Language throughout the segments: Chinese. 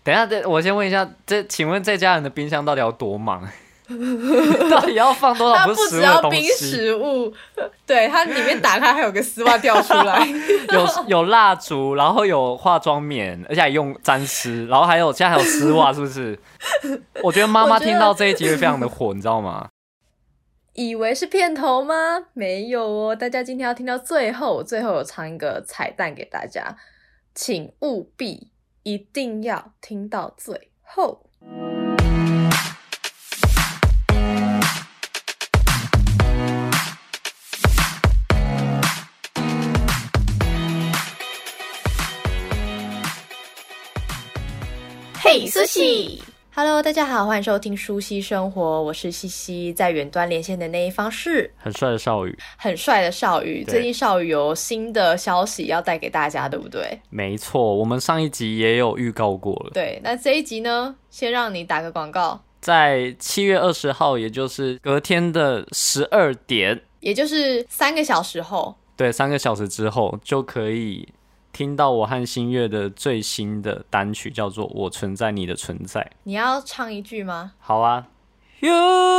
等一下，我先问一下，请问这家人的冰箱到底要多忙？到底要放多少不是食物的东西？ 它不只要冰食物，对，它里面打开还有个丝袜掉出来， 有蜡烛，然后有化妆棉，而且还用沾湿，然后现在还有丝袜，是不是？我觉得妈妈听到这一集会非常的火，你知道吗？ 以为是片头吗？没有哦，大家今天要听到最后有唱一个彩蛋给大家，请务必一定要听到最后。嘿，苏西 ！Hello， 大家好，欢迎收听舒西生活，我是西西，在远端连线的那一方是很帅的少宇， 很帅的少宇。最近少宇有新的消息要带给大家，对不对？ 没错，我们上一集也有预告过了。 对，那这一集呢，先让你打个广告， 在7月20号，也就是隔天的12点， 也就是3个小时后， 对，3个小时之后就可以听到我和新月的最新的单曲，叫做《我存在你的存在》。 你要唱一句吗？ 好啊。You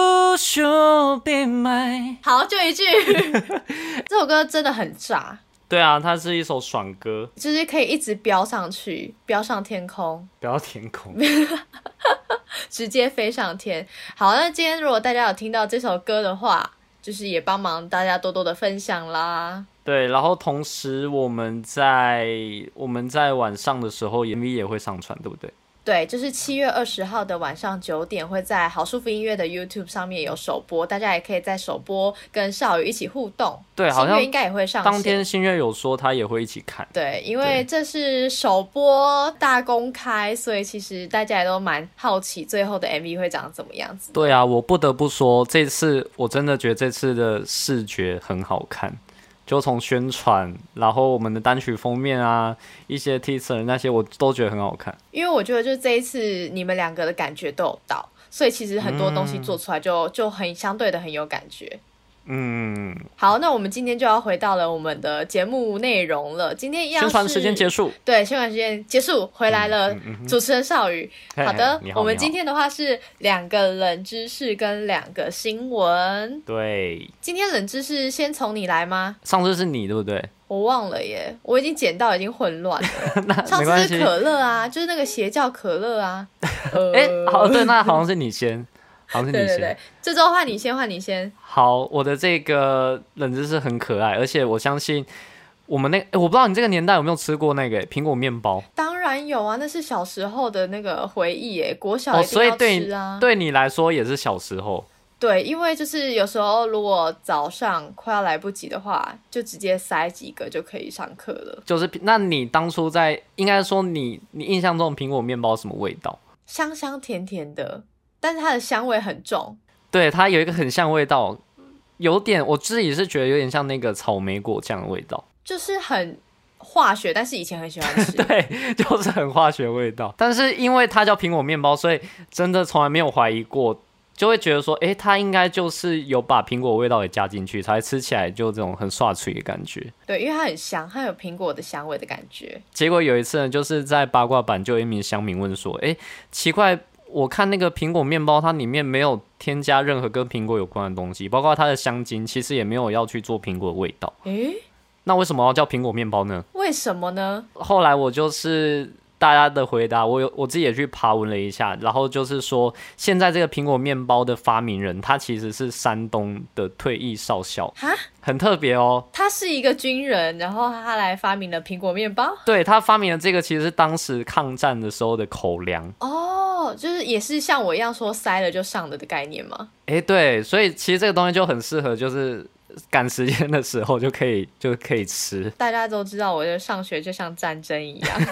should be mine。 好，就一句。这首歌真的很炸。 对啊，它是一首爽歌， 就是可以一直飙上去，飙上天空， 飙天空， 直接飞上天。好，那今天如果大家有听到这首歌的话，就是也帮忙大家多多的分享啦。 对，然后同时我们在晚上的时候 MV 也会上传，对不对？ 对，就是7月20号的晚上9点会在好舒服音乐的 YouTube 上面有首播，大家也可以在首播跟少宇一起互动。 对，好像新月应该也会上线。 当天新月有说他也会一起看。 对，因为这是首播大公开，所以其实大家也都蛮好奇最后的 MV 会长怎么样子。 对啊，我不得不说，这次我真的觉得这次的视觉很好看。就从宣传，然后我们的单曲封面啊，一些 teaser 那些，我都觉得很好看。 因为我觉得就这一次你们两个的感觉都有到，所以其实很多东西做出来就很相对的很有感觉。好，那我们今天就要回到了我们的节目内容了。今天一样是宣传时间结束， 对，宣传时间结束，回来了。主持人少宇，好的，我们今天的话是2个冷知识跟2个新闻。 对， 今天冷知识先从你来吗？ 上次是你对不对？ 我忘了耶，我已经剪到已经混乱了。上次是可乐啊，就是那个邪教可乐啊。 好，对，那好像是你先。好像是你先。 对，这周换你先。 好，我的这个冷知识很可爱，而且我相信我们我不知道你这个年代有没有吃过那个苹果面包？ 当然有啊，那是小时候的那个回忆耶，国小一定要吃啊。 对你来说也是小时候。 对，因为就是有时候如果早上快要来不及的话，就直接塞几个就可以上课了。 就是那你当初应该说你印象中的苹果面包什么味道？ 香香甜甜的。但是它的香味很重， 对，它有一个很像味道，有点我自己是觉得有点像那个草莓果酱的味道， 就是很化学，但是以前很喜欢吃。 对，就是很化学味道。但是因为它叫苹果面包，所以真的从来没有怀疑过，就会觉得说，它应该就是有把苹果味道给加进去，才吃起来就这种很刷脆的感觉。 对，因为它很香，它有苹果的香味的感觉。 结果有一次呢，就是在八卦版就有一名乡民问说，奇怪。我看那个苹果面包，它里面没有添加任何跟苹果有关的东西，包括它的香精，其实也没有要去做苹果的味道。那为什么要叫苹果面包呢？ 为什么呢？ 后来我就是大家的回答，我自己也去爬文了一下，然后就是说，现在这个苹果面包的发明人，他其实是山东的退役少校，很特别哦。 他是一个军人，然后他来发明了苹果面包。 对，他发明的这个其实是当时抗战的时候的口粮。 就是也是像我一样说塞了就上了的概念吗？ 对，所以其实这个东西就很适合，就是赶时间的时候就可以吃。 大家都知道，我的上学就像战争一样，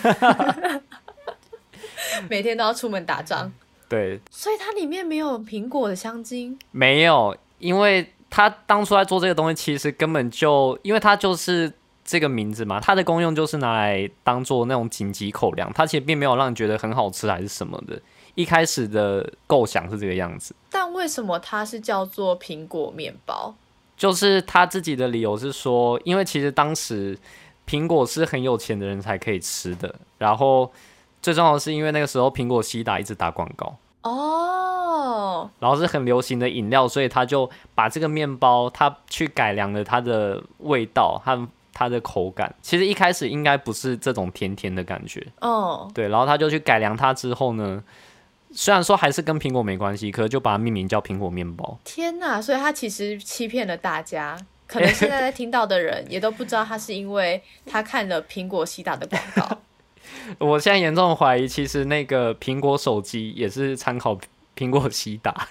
每天都要出门打仗。 对， 所以它里面没有苹果的香精， 没有，因为他当初在做这个东西，其实根本就因为它就是这个名字嘛，它的功用就是拿来当做那种紧急口粮，它其实并没有让你觉得很好吃还是什么的。一开始的构想是这个样子， 但为什么它是叫做苹果面包？ 就是他自己的理由是说，因为其实当时苹果是很有钱的人才可以吃的，然后最重要的是，因为那个时候苹果西打一直打广告哦，然后是很流行的饮料，所以他就把这个面包他去改良了它的味道和它的口感。其实一开始应该不是这种甜甜的感觉哦，对，然后他就去改良它之后呢，虽然说还是跟苹果没关系，可是就把它命名叫苹果面包。 天哪！所以他其实欺骗了大家，可能现在在听到的人也都不知道他是因为他看了苹果西打的广告。 我现在严重怀疑，其实那个苹果手机也是参考苹果西打。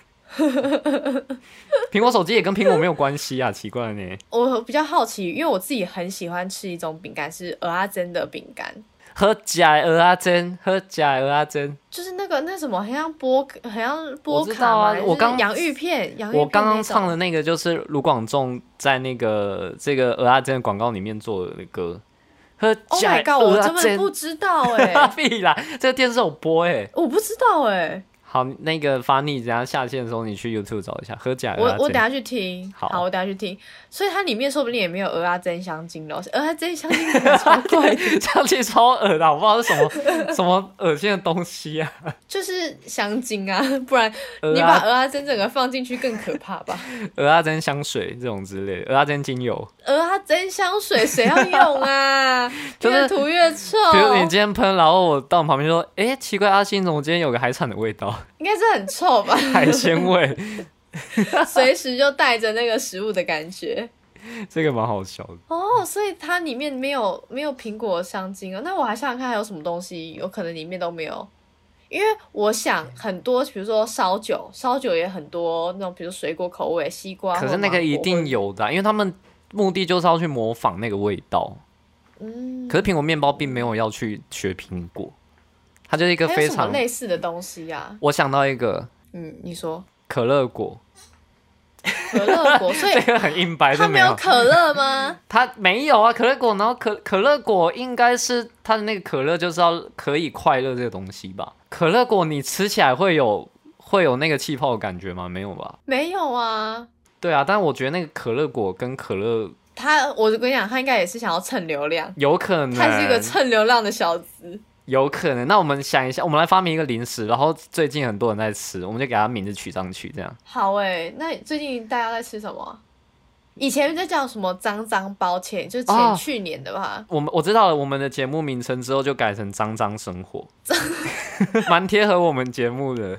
苹果手机也跟苹果没有关系啊，奇怪呢。 我比较好奇，因为我自己很喜欢吃一种饼干，是蚵仔煎的饼干。 好吃的蚵仔煎，好吃的蚵仔煎， 就是那什么，很像波卡啊，我刚洋芋片， 我刚刚唱的那个就是卢广仲在那个这个蚵仔煎的广告里面做的歌。 Oh my god！ 我根本不知道屁啦，这个电视有播我不知道好，那个发腻，等下下线的时候你去 YouTube 找一下，喝假我等下去听。好，我等下去听。所以它里面说不定也没有蚵仔煎香精咯，蚵仔煎香精超怪的， 香精超恶的，我不知道是什么恶心的东西啊。 就是香精啊，不然你把蚵仔煎整个放进去更可怕吧？ 蚵仔煎香水这种之类的，蚵仔煎精油。 蚵仔煎香水谁要用啊？就是越涂越臭。 比如你今天喷，然后我到你旁边说，奇怪，阿信怎么今天有个海产的味道？ 应该是很臭吧， 海鲜味， 随时就带着那个食物的感觉， 这个蛮好笑的哦。所以它里面没有苹果香精哦。那我还想想看还有什么东西有可能里面都没有，因为我想很多，比如说烧酒也很多那种，比如水果口味，西瓜。 可是那个一定有的因为他们目的就是要去模仿那个味道。可是苹果面包并没有要去学苹果。它就是一个非常还有什么类似的东西啊。 我想到一个， 你说可乐果。 可乐果，所以这个很硬白， 它没有可乐吗？ 它没有啊，可乐果，然后可乐果应该是它的那个可乐就是要可以快乐这个东西吧？可乐果你吃起来会有那个气泡的感觉吗？没有吧？ 没有啊。 对啊，但我觉得那个可乐果跟可乐， 我跟你讲，他应该也是想要蹭流量， 有可能， 他是一个蹭流量的小子。 有可能，那我们想一下，我们来发明一个零食，然后最近很多人在吃，我们就给它名字取上去，这样。 好那最近大家在吃什么？以前在叫什么脏脏抱歉，就是去年的吧。 我知道了，我们的节目名称之后就改成脏脏生活，蛮贴合我们节目的。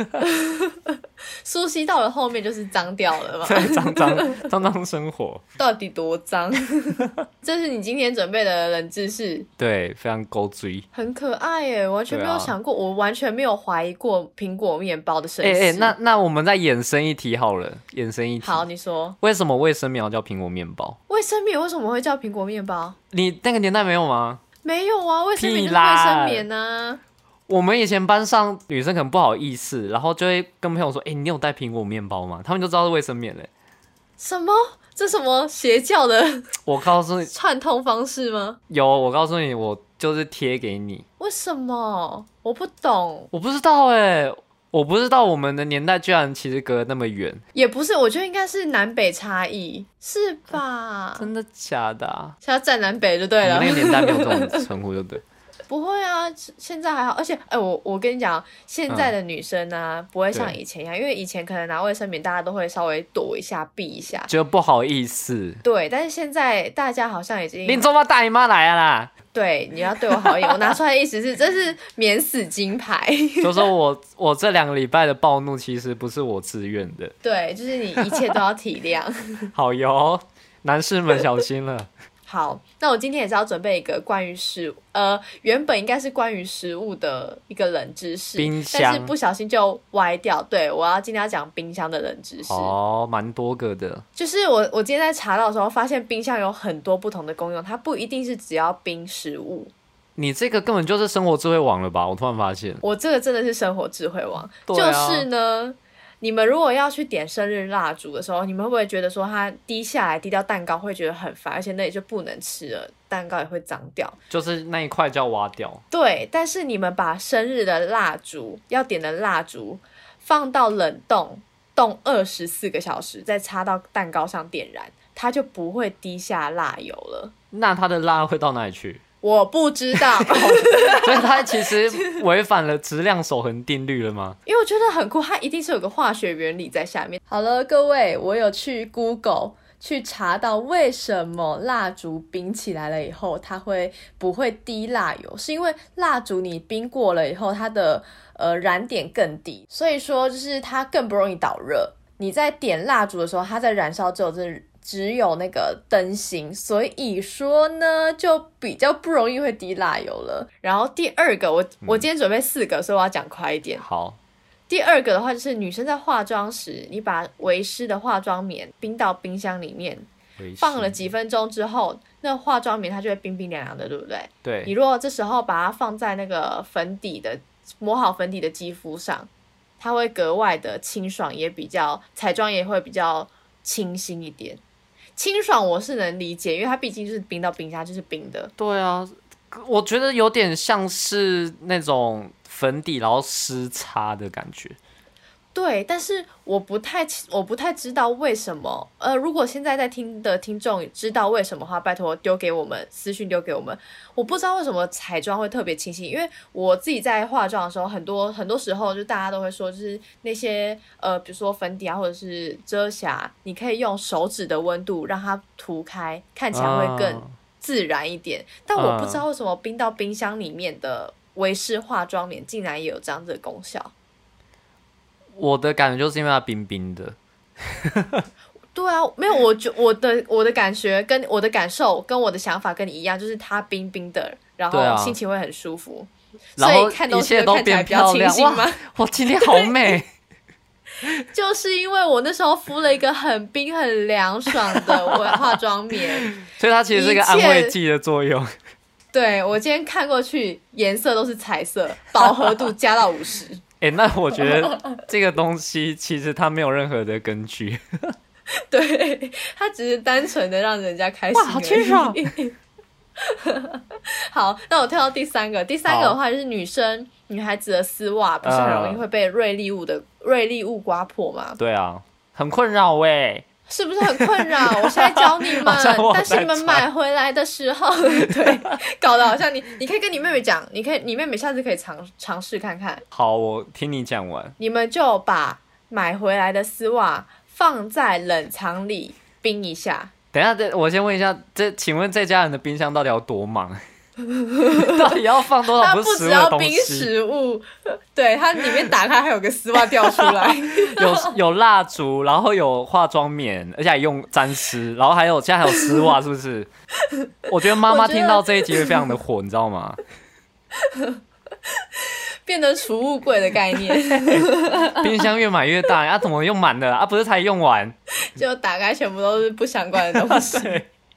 苏西到了后面就是脏掉了嘛。 对，脏脏生活到底多脏？这是你今天准备的冷知识。对， 非常勾追， 很可爱耶，完全没有想过，我完全没有怀疑过苹果面包的身世。 那我们再衍生一题好了， 好，你说为什么卫生棉要叫苹果面包？ 卫生棉为什么会叫苹果面包？ 你那个年代没有吗？ 没有啊，卫生棉就是卫生棉啊。 我们以前班上女生可能不好意思，然后就会跟朋友说：“你有带苹果面包吗？”他们就知道是卫生棉嘞。 什么？这什么邪教的？ 我告诉你， 串通方式吗？ 有，我告诉你，我就是贴给你。 为什么？我不懂。 我不知道我不知道我们的年代居然其实隔得那么远。 也不是，我觉得应该是南北差异，是吧？ 真的假的啊？ 现在站南北就对了。 我们那个年代没有这种称呼，就对。 不会啊，现在还好，而且我跟你讲，现在的女生啊，不会像以前一样，因为以前可能拿卫生棉，大家都会稍微躲一下、避一下， 就不好意思。 对，但是现在大家好像已经， 你怎么大姨妈来啊啦？ 对，你要对我好一点。我拿出来的意思是，这是免死金牌。 就说我这2个礼拜的暴怒，其实不是我自愿的。 对，就是你一切都要体谅。 好哟，男士们小心了。 好，那我今天也是要准备一个关于原本应该是关于食物的一个冷知识， 冰箱， 但是不小心就歪掉。对，我今天要讲冰箱的冷知识。 蛮多个的。 就是我今天在查到的时候，发现冰箱有很多不同的功用，它不一定是只要冰食物。 你这个根本就是生活智慧网了吧？我突然发现， 我这个真的是生活智慧网， 对啊， 就是呢。你们如果要去点生日蜡烛的时候，你们会不会觉得说它滴下来滴到蛋糕会觉得很烦，而且那里就不能吃了，蛋糕也会脏掉， 就是那一块就要挖掉。 对，但是你们把生日的蜡烛要点的蜡烛放到冷冻24个小时，再插到蛋糕上点燃，它就不会滴下蜡油了。 那它的蜡会到哪里去？ 我不知道。 所以它其实违反了质量守恒定律了吗？ 因为我觉得很酷，它一定是有个化学原理在下面。好了，各位，我有去 Google 去查到为什么蜡烛冰起来了以后它不会滴蜡油，是因为蜡烛你冰过了以后它的燃点更低，所以说就是它更不容易导热。你在点蜡烛的时候，它在燃烧只有那个灯芯，所以说呢就比较不容易会滴蜡油了。然后第二个，我今天准备4个，所以我要讲快一点。 好。 第二个的话就是女生在化妆时，你把微湿的化妆棉冰到冰箱里面，放了几分钟之后，那化妆棉它就会冰冰凉凉的，对不对？ 对。 你如果这时候把它放在那个磨好粉底的肌肤上，它会格外的清爽，彩妆也会比较清新一点。清爽我是能理解，因为它毕竟就是冰到冰箱，就是冰的。 对啊，我觉得有点像是那种粉底然后湿擦的感觉。对， 但是我不太知道为什么。如果现在在听的听众知道为什么的话，拜托私讯丢给我们。我不知道为什么彩妆会特别清新，因为我自己在化妆的时候，很多时候就大家都会说，就是那些比如说粉底啊，或者是遮瑕，你可以用手指的温度让它涂开，看起来会更自然一点。但我不知道为什么冰到冰箱里面的微湿化妆棉竟然也有这样子的功效。 我的感觉就是因为它冰冰的。 对啊，没有，我的感觉跟我的感受跟我的想法跟你一样，就是它冰冰的，然后心情会很舒服， 然后所以看东西都看起来比较清新吗？ 哇，今天好美。 就是因为我那时候敷了一个很冰很凉爽的化妆棉， 所以它其实是一个安慰剂的作用。 对，我今天看过去颜色都是彩色，饱和度加到50。 那我觉得这个东西其实它没有任何的根据。 对，它只是单纯的让人家开心而已。 哇，好清爽。 好，那我跳到第三个的话就是女孩子的丝袜不是很容易会被锐利物刮破吗？ 对啊，很困扰耶。 是不是很困扰？我现在教你们，但是你们买回来的时候，对，搞得好像你可以跟你妹妹讲，你妹妹下次可以尝试看看。 好，我听你讲完。 你们就把买回来的丝袜放在冷藏里冰一下。 等一下，我先问一下，请问这家人的冰箱到底要多忙？到底要放多少？ 它不只要冰食物，对，它里面打开还有个丝袜掉出来。 有蜡烛，然后有化妆棉，而且还用沾湿，然后现在还有丝袜，是不是？我觉得妈妈听到这一集会非常的火，你知道吗？ 变成储物柜的概念。 冰箱越买越大，怎么用满了？不是才用完？ 就打开全部都是不相关的东西。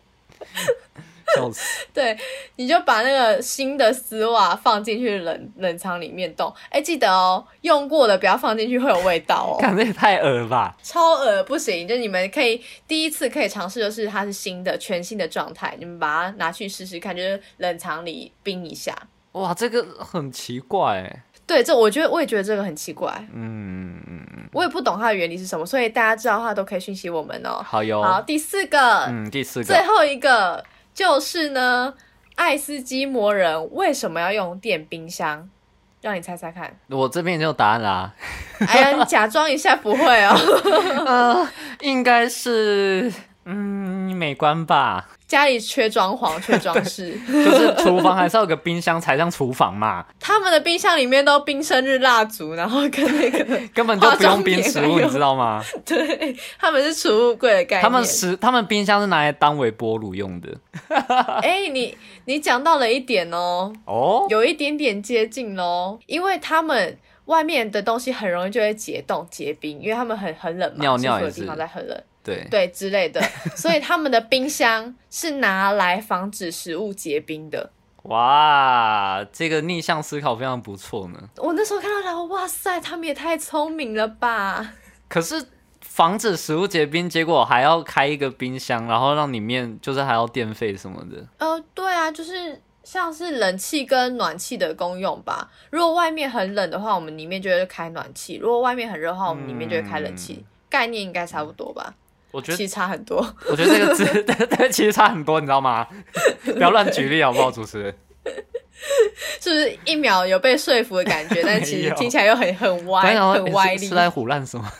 对，你就把那个新的丝袜放进去冷藏里面冻。记得哦，用过的不要放进去，会有味道哦。 感觉也太恶了吧， 超恶不行。就你们第一次可以尝试，就是它是全新的状态，你们把它拿去试试看，就是冷藏里冰一下。 哇，这个很奇怪耶。 对，我也觉得这个很奇怪。我也不懂它的原理是什么，所以大家知道的话都可以讯息我们哦。 好哟。 好，第四个，最后一个就是呢，爱斯基摩人为什么要用电冰箱？让你猜猜看。 我这边已经有答案啦。 哎呀，你假装一下不会哦。 应该是美观吧。 家里缺装潢，缺装饰， 就是厨房还是要有个冰箱才像厨房嘛。 他们的冰箱里面都冰生日蜡烛，然后跟那个根本就不用冰食物，你知道吗？ 对，他们是储物柜的概念。 他们冰箱是拿来当微波炉用的。 你讲到了一点哦，有一点点接近咯，因为他们外面的东西很容易就会结冻结冰，因为他们很冷嘛， 尿尿也是，地方在很冷。 对之类的，所以他们的冰箱是拿来防止食物结冰的。 哇，这个逆向思考非常不错呢。 我那时候看到他，哇塞，他们也太聪明了吧！ 可是防止食物结冰，结果还要开一个冰箱，然后让里面就是还要电费什么的。 对啊，就是像是冷气跟暖气的功用吧。如果外面很冷的话，我们里面就会开暖气；如果外面很热的话，我们里面就会开冷气。概念应该差不多吧。 我觉得其实差很多。 我觉得这个字其实差很多，你知道吗？不要乱举例好不好，主持人？ 是不是一秒有被说服的感觉？但其实听起来又很歪，很歪理。 是在唬烂什么？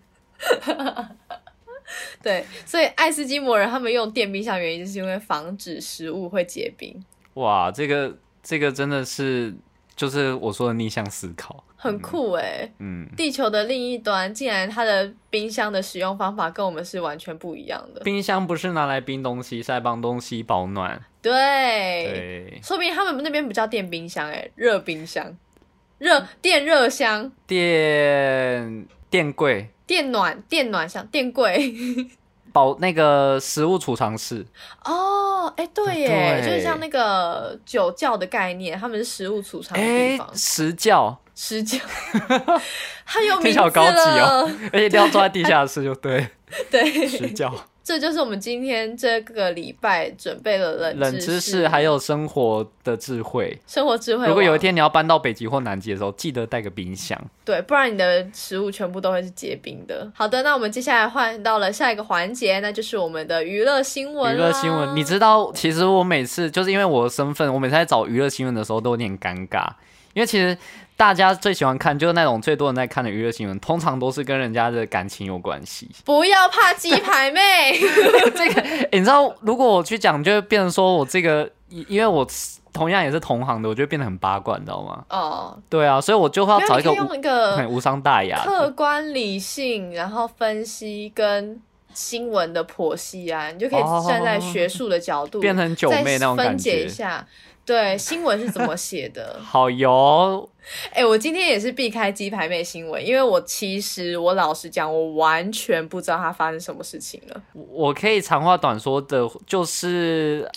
对，所以爱斯基摩人他们用电冰箱原因就是因为防止食物会结冰。 哇，这个真的是就是我说的逆向思考， 很酷欸。地球的另一端竟然它的冰箱的使用方法跟我们是完全不一样的。 冰箱不是拿来冰东西，是来帮东西保暖。 对，说不定他们那边不叫电冰箱热冰箱，电热箱， 电柜， 电暖箱，电柜。 那个食物储藏室哦，对耶，就是像那个酒窖的概念，他们是食物储藏的地方。 食窖， 它有名字了， 听起来好高级哦，而且一定要坐在地下室就对。 对， 食窖。 这就是我们今天这个礼拜准备的冷知识，还有生活的智慧。 如果有一天你要搬到北极或南极的时候，记得带个冰箱。 对，不然你的食物全部都会是结冰的。好的，那我们接下来换到了下一个环节，那就是我们的娱乐新闻。 娱乐新闻，你知道，其实我每次就是因为我的身份，我每次在找娱乐新闻的时候都有点尴尬，因为其实大家最喜欢看就是那种最多人在看的娱乐新闻，通常都是跟人家的感情有关系。 不要怕鸡排妹。 这个你知道，如果我去讲，就会变成说我这个，因为我同样也是同行的，我就会变得很八卦，你知道吗？ 哦， 对啊，所以我就会要找一个用一个无伤大雅、 客观理性，然后分析跟新闻的剖析啊，你就可以站在学术的角度， 变成九妹那种感觉， 分解一下。对，新闻是怎么写的？ 好油！ 我今天也是避开鸡排妹新闻，因为我老实讲，我完全不知道它发生什么事情了。 我可以长话短说的，就是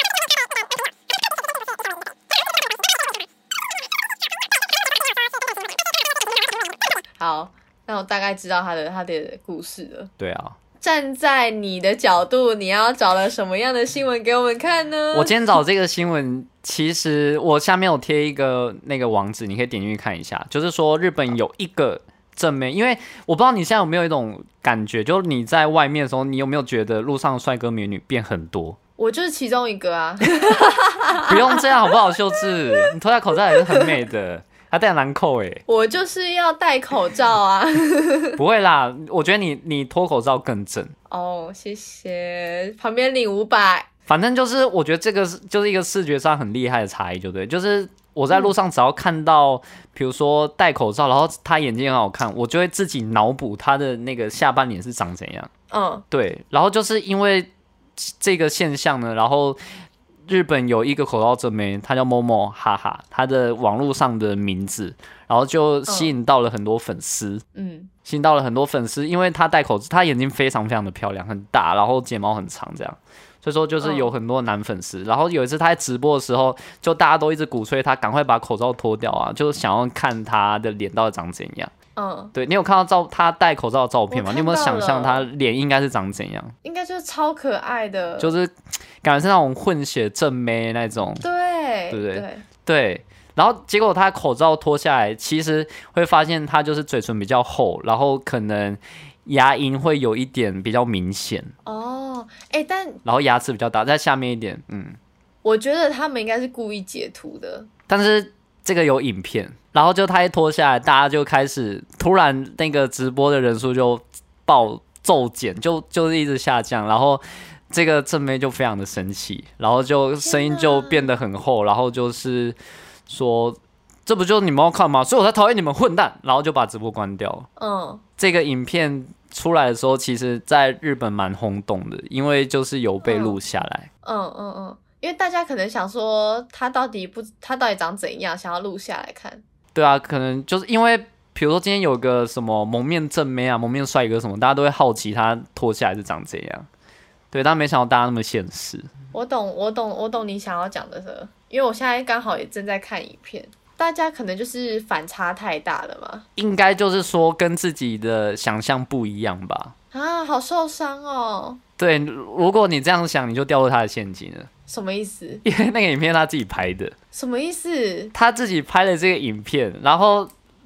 好，那我大概知道他的故事了。 对啊。 站在你的角度，你要找了什么样的新闻给我们看呢？ 我今天找这个新闻，其实我下面有贴一个那个网址，你可以点进去看一下。就是说日本有一个正妹，因为我不知道你现在有没有一种感觉，就是你在外面的时候，你有没有觉得路上帅哥美女变很多？ 我就是其中一个啊。 不用这样好不好，秀智？你脱下口罩也是很美的。还戴兰蔻我就是要戴口罩啊。 不会啦，我觉得你脱口罩更正哦，谢谢。旁边领500。 反正就是我觉得这个就是一个视觉上很厉害的差异，就对，就是我在路上只要看到，比如说戴口罩，然后他眼睛很好看，我就会自己脑补他的那个下半脸是长怎样。对，然后就是因为这个现象呢，然后日本有一个口罩正妹，她叫某某哈哈，她的网络上的名字，然后就吸引到了很多粉丝，吸引到了很多粉丝，因为她戴口罩，她眼睛非常非常的漂亮，很大，然后睫毛很长，这样，所以说就是有很多男粉丝。然后有一次她在直播的时候，就大家都一直鼓吹她赶快把口罩脱掉啊，就想要看她的脸到底长怎样。对，你有看到她戴口罩的照片吗？你有没有想象她脸应该是长怎样？ 应该就是超可爱的， 就是感觉是那种混血正妹那种，对不对？对。然后结果她口罩脱下来，其实会发现她就是嘴唇比较厚，然后可能牙龈会有一点比较明显但然后牙齿比较大，在下面一点。 我觉得他们应该是故意截图的， 但是这个有影片，然后就他一脱下来，大家就开始突然那个直播的人数就骤减，就是一直下降，然后这个正妹就非常的生气，然后就声音就变得很厚，然后就是说这不就是你们要看吗？所以我才讨厌你们混蛋，然后就把直播关掉。这个影片出来的时候，其实在日本蛮轰动的，因为就是有被录下来。 因为大家可能想说他到底长怎样，想要录下来看。 对啊，可能就是因为比如说今天有个什么蒙面正妹啊、蒙面帅哥什么，大家都会好奇他脱下来是长怎样。对，但没想到大家那么现实。 我懂你想要讲的这，因为我现在刚好也正在看影片，大家可能就是反差太大了嘛。 应该就是说跟自己的想象不一样吧。 好受伤哦。 对，如果你这样想，你就掉入他的陷阱了。 什么意思？ 因为那个影片他自己拍的。 什么意思？ 他自己拍了这个影片，然后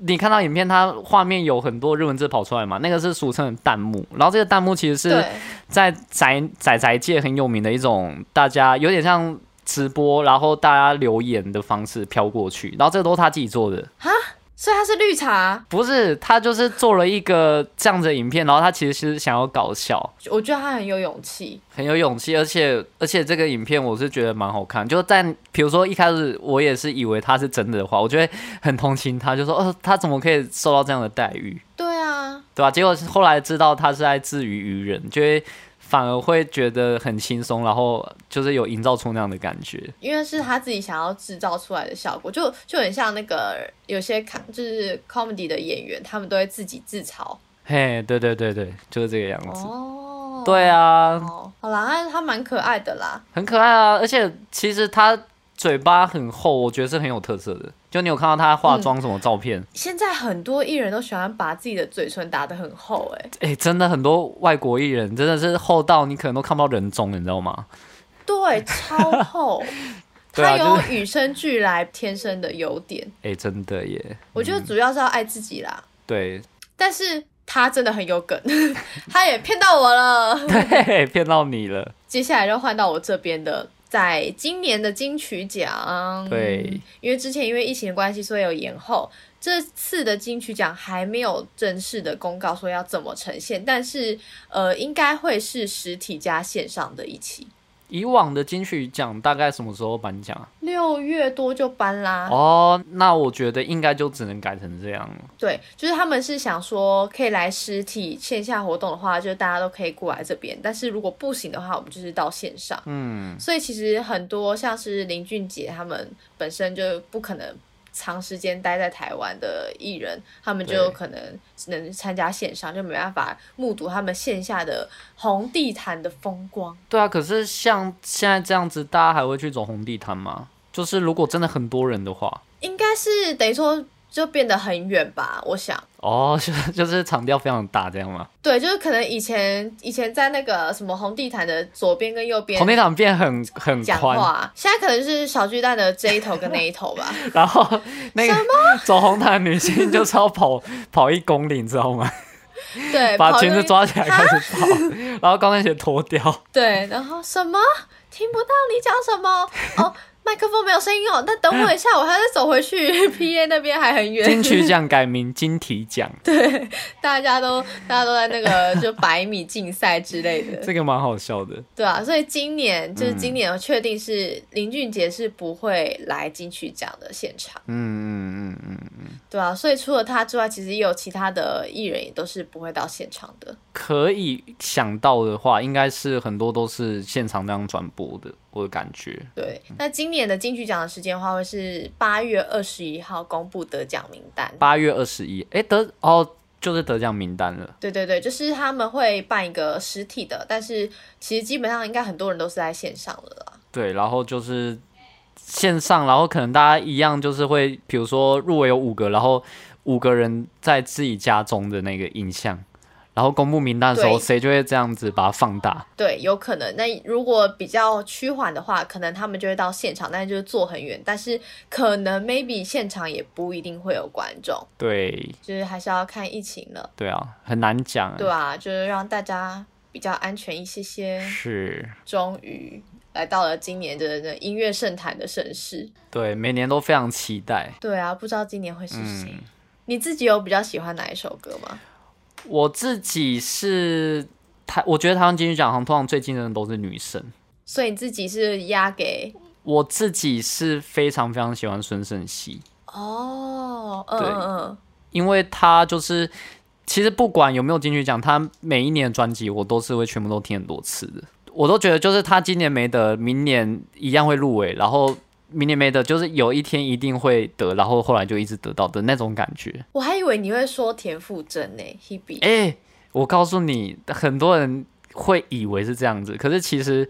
你看到影片，它画面有很多日文字跑出来嘛，那个是俗称的弹幕。然后这个弹幕其实是在宅界很有名的一种，大家有点像直播，然后大家留言的方式飘过去。然后这个都是他自己做的。 哈，所以他是绿茶？ 不是，他就是做了一个这样子的影片，然后他其实是想要搞笑。 我觉得他很有勇气， 很有勇气，而且这个影片我是觉得蛮好看。就在比如说一开始我也是以为他是真的话，我觉得很同情他，就说他怎么可以受到这样的待遇？ 对啊， 对吧？结果后来知道他是在自娱于人，就会反而会觉得很轻松，然后就是有营造出那样的感觉。 因为是他自己想要制造出来的效果，就很像那个有些就是 comedy 的演员，他们都会自己自嘲。 嘿，对，就是这个样子。哦，对啊。 好啦，他蛮可爱的啦， 很可爱啊，而且其实他嘴巴很厚，我觉得是很有特色的。就你有看到他化妆什么照片？ 现在很多艺人都喜欢把自己的嘴唇打得很厚， 真的很多外国艺人真的是厚到你可能都看不到人中，你知道吗？ 对，超厚。他有与生俱来天生的优点。 真的耶。 我觉得主要是要爱自己啦。 对。 但是他真的很有梗，他也骗到我了。 对，骗到你了。 接下来就换到我这边的。在今年的金曲奖， 对， 因为之前因为疫情的关系，所以有延后。这次的金曲奖还没有正式的公告说要怎么呈现，但是应该会是实体加线上的一期。 以往的金曲奖大概什么时候颁奖啊 ？6月多就颁啦。 哦，那我觉得应该就只能改成这样了。 对，就是他们是想说可以来实体线下活动的话，就大家都可以过来这边，但是如果不行的话，我们就是到线上。所以其实很多像是林俊杰他们本身就不可能长时间待在台湾的艺人，他们就可能只能参加线上，就没办法目睹他们线下的红地毯的风光。 对啊，可是像现在这样子，大家还会去走红地毯吗？就是如果真的很多人的话， 应该是等于说就变得很远吧，我想。 哦，就是场调非常大，这样吗？ 对，就是可能以前在那个什么红地毯的左边跟右边， 红地毯变很宽， 现在可能是小巨蛋的这一头跟那一头吧。 然后那个走红毯的女性就是要跑1公里，你知道吗？ 对， 把裙子抓起来开始跑，然后高跟鞋脱掉。 对，然后什么听不到你讲什么哦。麦克风没有声音哦，但等我一下，我还在走回去，PA 那边还很远。 金曲奖改名金体奖， 对，大家都在那个就100米竞赛之类的， 这个蛮好笑的。 对啊，所以今年我确定是林俊杰是不会来金曲奖的现场。对啊，所以除了他之外，其实也有其他的艺人也都是不会到现场的。 可以想到的话，应该是很多都是现场这样转播的。我的感觉。 对，那今年的金曲奖的时间的话，会是8月21号公布得奖名单。 8月21，就是得奖名单了。 对，就是他们会办一个实体的，但是其实基本上应该很多人都是在线上了啦。 对，然后就是线上，然后可能大家一样就是会，比如说入围有5个，然后5个人在自己家中的那个影像。然后公布名单的时候，谁就会这样子把它放大？ 对，有可能。那如果比较趋缓的话，可能他们就会到现场，但是就是坐很远。但是可能 maybe 现场也不一定会有观众。 对， 就是还是要看疫情了。 对啊，很难讲。 对啊，就是让大家比较安全一些。 是， 终于来到了今年的音乐圣坛的盛世。 对，每年都非常期待。 对啊，不知道今年会是谁？你自己有比较喜欢哪一首歌吗？ 我自己是我觉得台湾金曲奖通常最竞争的都是女生， 所以你自己是压给？ 我自己是非常非常喜欢孙盛希。 哦， 对，因为他就是其实不管有没有金曲奖，他每一年的专辑我都是会全部都听很多次的。我都觉得就是他今年没得，明年一样会入围，然后明年没得，就是有一天一定会得，然后后来就一直得到的那种感觉。 我还以为你会说田馥甄呢 ，Hebe。 我告诉你，很多人会以为是这样子，可是其实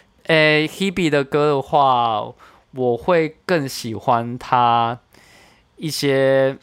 ，Hebe 的歌的话，我会更喜欢他一些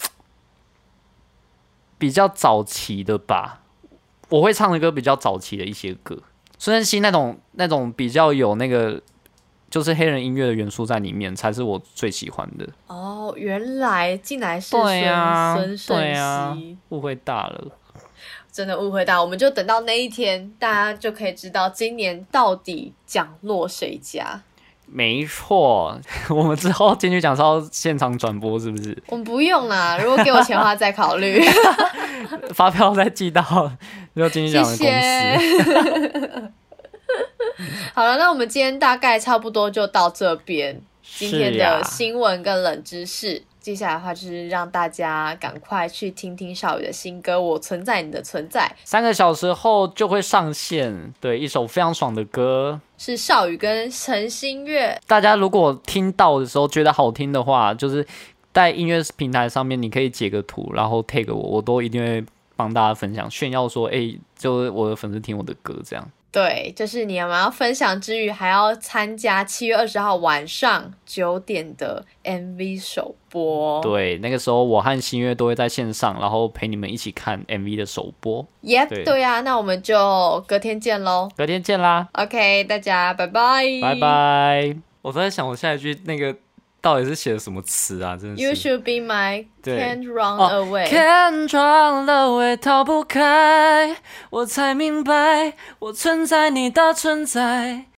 比较早期的吧。我会唱的歌比较早期的一些歌，孙盛希那种比较有那个就是黑人音乐的元素在里面，才是我最喜欢的。 哦，原来竟然是孙盛熙， 误会大了。 真的误会大，我们就等到那一天，大家就可以知道今年到底奖落谁家。 没错，我们之后金曲奖是要现场转播，是不是？ 我们不用啦，如果给我钱的话再考虑。 发票再寄到金曲奖的公司。 谢谢。好了，那我们今天大概差不多就到这边。今天的新闻跟冷知识。接下来的话就是让大家赶快去听听少宇的新歌《我存在你的存在》 ，3个小时后就会上线。对，一首非常爽的歌， 是少宇跟陈星月。 大家如果听到的时候觉得好听的话，就是在音乐平台上面你可以截个图，然后 tag 我都一定会帮大家分享，炫耀说就是我的粉丝听我的歌这样。 对，就是你们要分享之余，还要参加7月20号晚上9点的 MV 首播。 对，那个时候我和新月都会在线上，然后陪你们一起看 MV 的首播。 对啊，那我们就隔天见咯。 隔天见啦。 OK， 大家拜拜。 拜拜。我都在想我下一句那个到底是写的什么词啊？真的是 You should be my can't run away， can't run away， 逃不开，我才明白我存在你的存在。